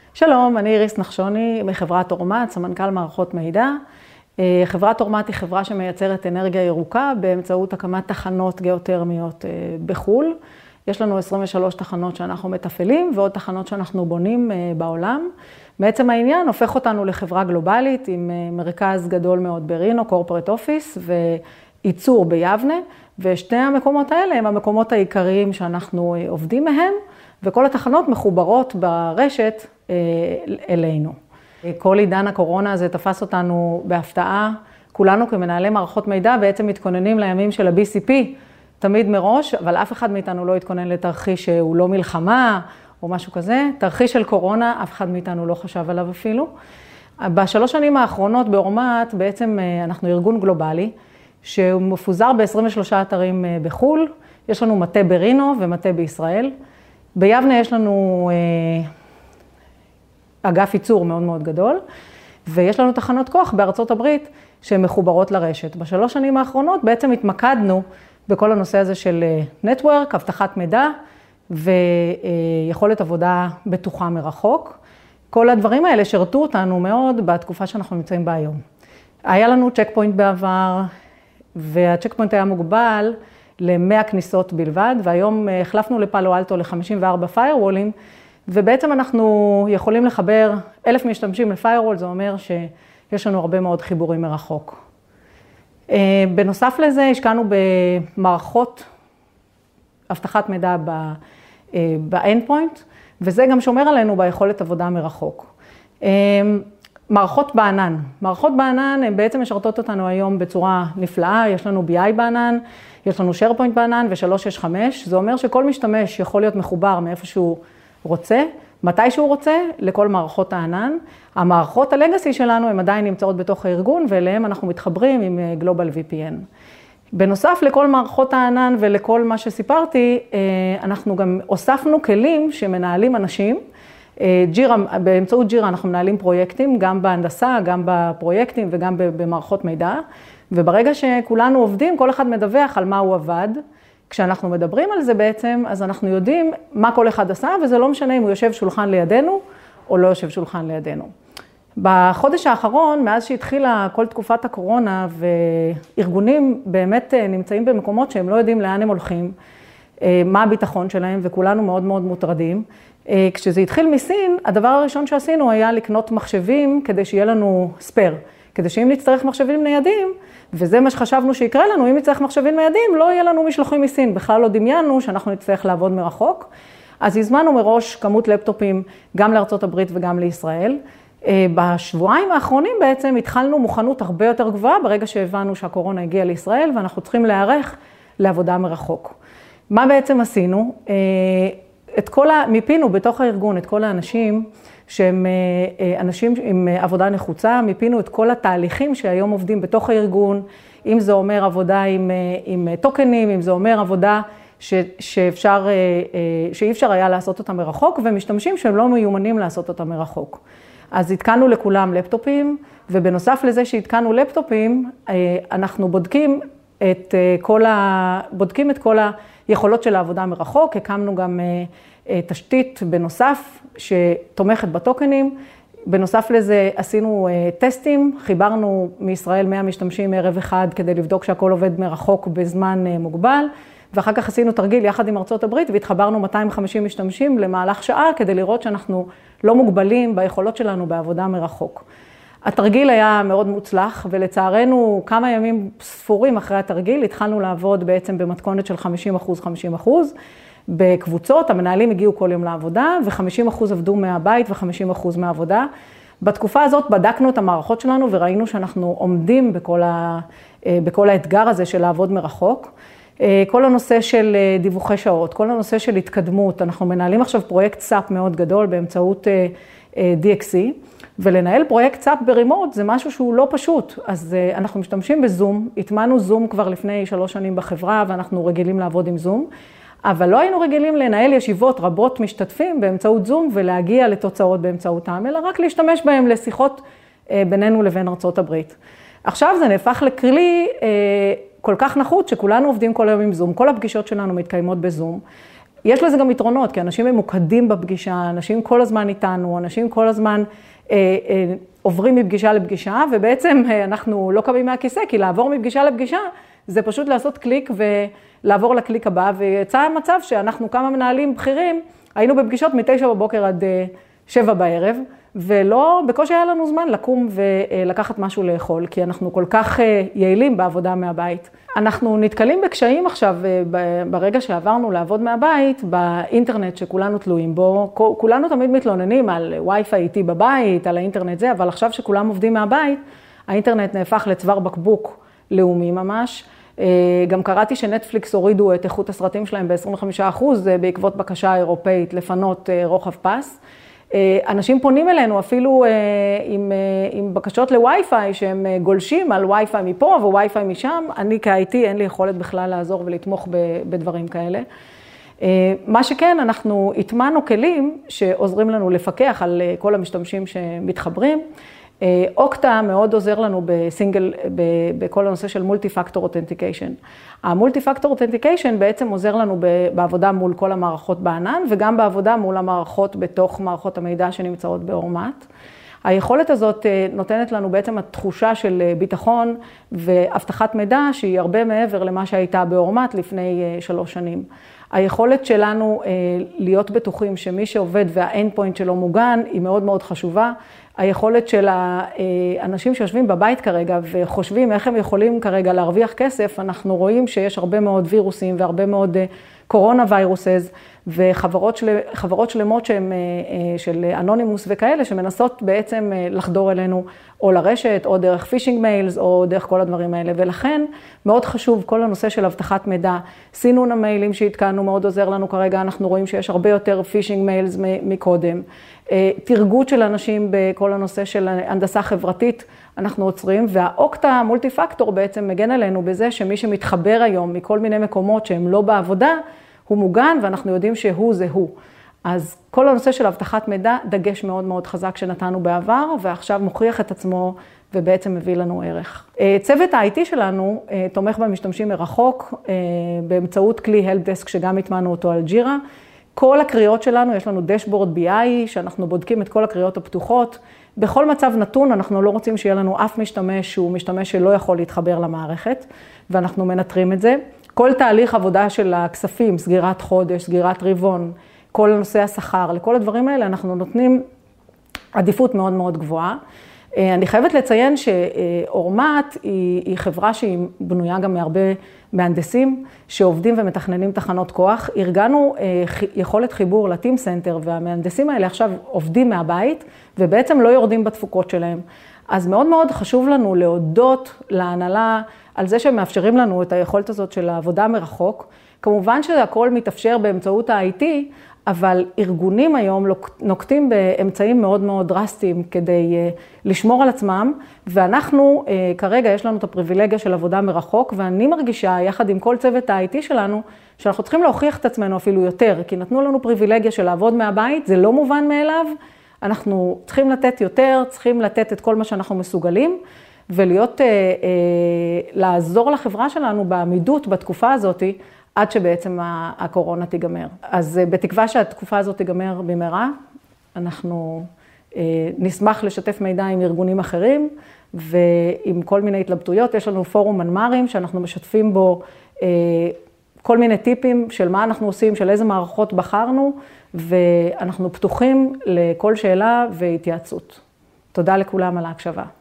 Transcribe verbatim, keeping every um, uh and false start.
שלום, אני איריס נחשוני מחברת אורמט, סמנכ"ל מערכות מידע. חברת אורמט היא חברה שמייצרת אנרגיה ירוקה באמצעות הקמת תחנות גיאותרמיות בחו"ל. יש לנו עשרים ושלוש תחנות שאנחנו מתפעלים ועוד תחנות שאנחנו בונים בעולם. בעצם העניין הופך אותנו לחברה גלובלית עם מרכז גדול מאוד ברינו, קורפרט אופיס וייצור ביבנה. ושני המקומות האלה הם המקומות העיקריים שאנחנו עובדים מהם, וכל התחנות מחוברות ברשת אלינו. כל עידן הקורונה הזה תפס אותנו בהפתעה. כולנו כמנהלי מערכות מידע בעצם מתכוננים לימים של ה-בי סי פי תמיד מראש, אבל אף אחד מאיתנו לא התכונן לתרחיש שהוא לא מלחמה או משהו כזה. תרחיש של קורונה, אף אחד מאיתנו לא חשב עליו אפילו. בשלוש שנים האחרונות באורמט בעצם אנחנו ארגון גלובלי, שהוא מפוזר ב-עשרים ושלושה אתרים בחו"ל. יש לנו מטה ברינו ומטה בישראל. ביבנה יש לנו אגף ייצור מאוד מאוד גדול, ויש לנו תחנות כוח בארצות הברית שהן מחוברות לרשת. בשלוש שנים האחרונות בעצם התמקדנו בכל הנושא הזה של נטוורק, אבטחת מידע ויכולת עבודה בטוחה מרחוק. כל הדברים האלה שרתו אותנו מאוד בתקופה שאנחנו נמצאים בה היום. היה לנו צ'ק פוינט בעבר, והצ'ק פוינט היה מוגבל ל-מאה כניסות בלבד, והיום החלפנו לפאלו אלטו ל-חמישים וארבע firewall'ים, ובעצם אנחנו יכולים לחבר אלף משתמשים לפיירוול, זה אומר שיש לנו הרבה מאוד חיבורים מרחוק. בנוסף לזה, השקענו במערכות אבטחת מידע ב-endpoint, וזה גם שומר עלינו ביכולת עבודה מרחוק. מערכות בענן. מערכות בענן הן בעצם משרתות אותנו היום בצורה נפלאה. יש לנו בי איי בענן, יש לנו SharePoint בענן ו-שלוש שש חמש. זה אומר שכל משתמש יכול להיות מחובר מאיפה שהוא רוצה, מתי שהוא רוצה, לכל מערכות הענן. המערכות הלגאסי שלנו הן עדיין נמצאות בתוך הארגון, ואליהם אנחנו מתחברים עם Global וי פי אן. בנוסף לכל מערכות הענן ולכל מה שסיפרתי, אנחנו גם הוספנו כלים שמנהלים אנשים. ג'ירה, באמצעות ג'ירה אנחנו מנהלים פרויקטים, גם בהנדסה, גם בפרויקטים וגם במערכות מידע. וברגע שכולנו עובדים, כל אחד מדווח על מה הוא עבד. כשאנחנו מדברים על זה בעצם, אז אנחנו יודעים מה כל אחד עשה, וזה לא משנה אם הוא יושב שולחן לידינו או לא יושב שולחן לידינו. בחודש האחרון, מאז שהתחילה כל תקופת הקורונה, וארגונים באמת נמצאים במקומות שהם לא יודעים לאן הם הולכים, מה הביטחון שלהם, וכולנו מאוד מאוד מוטרדים. כשזה התחיל מסין, הדבר הראשון שעשינו היה לקנות מחשבים כדי שיהיה לנו ספר. כדי שאם נצטרך מחשבים ניידים, וזה מה שחשבנו שיקרה לנו, אם נצטרך מחשבים ניידים, לא יהיה לנו משלוחים מסין. בכלל לא דמיינו שאנחנו נצטרך לעבוד מרחוק. אז הזמנו מראש כמות לפטופים גם לארצות הברית וגם לישראל. בשבועיים האחרונים בעצם התחלנו מוכנות הרבה יותר גבוהה, ברגע שהבנו שהקורונה הגיעה לישראל, ואנחנו צריכים להיערך לעבודה מרחוק. מה בעצם עשינו? את כל ה... מיפינו בתוך הארגון את כל האנשים שהם אנשים עם עבודה נחוצה, מיפינו את כל התהליכים שהיום עובדים בתוך הארגון, אם זה אומר עבודה עם, עם טוקנים, אם זה אומר עבודה ש, שאפשר, שאי אפשר היה לעשות אותה מרחוק, ומשתמשים שהם לא מיומנים לעשות אותה מרחוק. אז התקנו לכולם לפטופים, ובנוסף לזה שהתקנו לפטופים, אנחנו בודקים את כל, ה... בודקים את כל היכולות של העבודה מרחוק, הקמנו גם תשתית בנוסף שתומכת בטוקנים, בנוסף לזה עשינו טסטים, חיברנו מישראל מאה משתמשים ערב אחד כדי לבדוק שהכל עובד מרחוק בזמן מוגבל, ואחר כך עשינו תרגיל יחד עם ארצות הברית והתחברנו מאתיים וחמישים משתמשים למהלך שעה כדי לראות שאנחנו לא מוגבלים ביכולות שלנו בעבודה מרחוק. התרגיל היה מאוד מוצלח, ולצערנו כמה ימים ספורים אחרי התרגיל התחלנו לעבוד בעצם במתכונת של חמישים אחוז, חמישים אחוז. בקבוצות, המנהלים הגיעו כל יום לעבודה, ו-חמישים אחוז עבדו מהבית ו-חמישים אחוז מהעבודה. בתקופה הזאת בדקנו את המערכות שלנו וראינו שאנחנו עומדים בכל, ה... בכל האתגר הזה של לעבוד מרחוק. כל הנושא של דיווחי שעות, כל הנושא של התקדמות, אנחנו מנהלים עכשיו פרויקט סאפ מאוד גדול באמצעות די אקס סי, ולנהל פרויקט סאפ ברימוט זה משהו שהוא לא פשוט. אז אנחנו משתמשים בזום, התמנו זום כבר לפני שלוש שנים בחברה, ואנחנו רגילים לעבוד עם זום, אבל לא היינו רגילים לנהל ישיבות רבות משתתפים באמצעות זום, ולהגיע לתוצאות באמצעותם, אלא רק להשתמש בהם לשיחות בינינו לבין ארצות הברית. עכשיו זה נהפך לכלי כל כך נחות, שכולנו עובדים כל היום עם זום, כל הפגישות שלנו מתקיימות בזום. יש לזה גם יתרונות, כי אנשים ממוקדים בפגישה, אנשים כל הזמן איתנו, אנשים כל הזמן אה, אה, עוברים מפגישה לפגישה, ובעצם אה, אנחנו לא קמים מהכיסא, כי לעבור מפגישה לפגישה, זה פשוט לעשות קליק ולעבור לקליק הבא, ויצא מצב שאנחנו כמה מנהלים בכירים, היינו בפגישות מתשע בבוקר עד שבע בערב, ולא, בקושי היה לנו זמן לקום ולקחת משהו לאכול, כי אנחנו כל כך יעילים בעבודה מהבית. אנחנו נתקלים בקשיים עכשיו, ברגע שעברנו לעבוד מהבית, באינטרנט שכולנו תלויים בו, כולנו תמיד מתלוננים על וי-פיי איתי בבית, על האינטרנט זה, אבל עכשיו שכולם עובדים מהבית, האינטרנט נהפך לצוואר בקבוק לאומי ממש. גם קראתי שנטפליקס הורידו את איכות הסרטים שלהם ב-עשרים וחמישה אחוז בעקבות בקשה אירופאית לפנות רוחב פס. אנשים פונים אלינו אפילו עם, עם בקשות לווי-פיי שהם גולשים על ווי-פיי מפה ווי-פיי משם. אני כ-איי טי אין לי יכולת בכלל לעזור ולתמוך בדברים כאלה. מה שכן, אנחנו התמנו כלים שעוזרים לנו לפקח על כל המשתמשים שמתחברים. אוקטה מאוד עוזר לנו בסינגל, בכל הנושא של מולטי-פקטור אותנטיקיישן. המולטי-פקטור אותנטיקיישן בעצם עוזר לנו בעבודה מול כל המערכות בענן, וגם בעבודה מול המערכות בתוך מערכות המידע שנמצאות באורמט. היכולת הזאת נותנת לנו בעצם התחושה של ביטחון והבטחת מידע שהיא הרבה מעבר למה שהייתה באורמט לפני שלוש שנים. היכולת שלנו להיות בטוחים שמי שעובד והאנד פוינט שלו מוגן היא מאוד מאוד חשובה. היכולת של האנשים שיושבים בבית כרגע וחושבים איך הם יכולים כרגע להרוויח כסף, אנחנו רואים שיש הרבה מאוד וירוסים והרבה מאוד קורונה ויירוסס, וחברות של, חברות שלמות שהן של אנונימוס וכאלה, שמנסות בעצם לחדור אלינו או לרשת, או דרך פישינג מיילס, או דרך כל הדברים האלה. ולכן מאוד חשוב כל הנושא של הבטחת מידע. סינון המיילים שהתקענו מאוד עוזר לנו כרגע, אנחנו רואים שיש הרבה יותר פישינג מיילס מקודם. תרגות של אנשים בכל הנושא של הנדסה חברתית, אנחנו עוצרים, והאוקטה מולטי פקטור בעצם מגן עלינו בזה שמי שמתחבר היום מכל מיני מקומות שהם לא בעבודה, הוא מוגן ואנחנו יודעים שהוא זה הוא. אז כל הנושא של הבטחת מידע, דגש מאוד מאוד חזק שנתנו בעבר, ועכשיו מוכיח את עצמו ובעצם מביא לנו ערך. צוות ה-איי טי שלנו תומך במשתמשים מרחוק, באמצעות כלי Help Desk שגם התמנו אותו על ג'ירה. כל הקריאות שלנו, יש לנו דשבורד בי איי, שאנחנו בודקים את כל הקריאות הפתוחות. בכל מצב נתון, אנחנו לא רוצים שיהיה לנו אף משתמש שהוא משתמש שלא יכול להתחבר למערכת, ואנחנו מנטרים את זה. כל תהליך עבודה של הכספים, סגירת חודש, סגירת רבעון, כל נושא השכר, לכל הדברים האלה אנחנו נותנים עדיפות מאוד מאוד גבוהה. אני חייבת לציין שאורמט היא, היא חברה שהיא בנויה גם מהרבה מהנדסים שעובדים ומתכננים תחנות כוח. ארגנו יכולת חיבור לטים סנטר, והמהנדסים האלה עכשיו עובדים מהבית ובעצם לא יורדים בתפוקות שלהם. אז מאוד מאוד חשוב לנו להודות להנהלה על זה שהם מאפשרים לנו את היכולת הזאת של העבודה מרחוק. כמובן שהכל מתאפשר באמצעות ה-איי טי, אבל ארגונים היום נוקטים באמצעים מאוד מאוד דרסטיים כדי לשמור על עצמם, ואנחנו כרגע יש לנו את הפריבילגיה של עבודה מרחוק, ואני מרגישה יחד עם כל צוות ה-איי טי שלנו, שאנחנו צריכים להוכיח את עצמנו אפילו יותר, כי נתנו לנו פריבילגיה של לעבוד מהבית, זה לא מובן מאליו, אנחנו צריכים לתת יותר, צריכים לתת את כל מה שאנחנו מסוגלים, ולהיות, לעזור לחברה שלנו בעמידות בתקופה הזאת, עד שבעצם הקורונה תיגמר. אז בתקווה שהתקופה הזאת תיגמר במהרה, אנחנו נשמח לשתף מידע עם ארגונים אחרים, ועם כל מיני התלבטויות. יש לנו פורום מנמ"רים שאנחנו משתפים בו כל מיני טיפים של מה אנחנו עושים, של איזה מערכות בחרנו, ואנחנו פתוחים לכל שאלה והתייעצות. תודה לכולם על ההקשבה.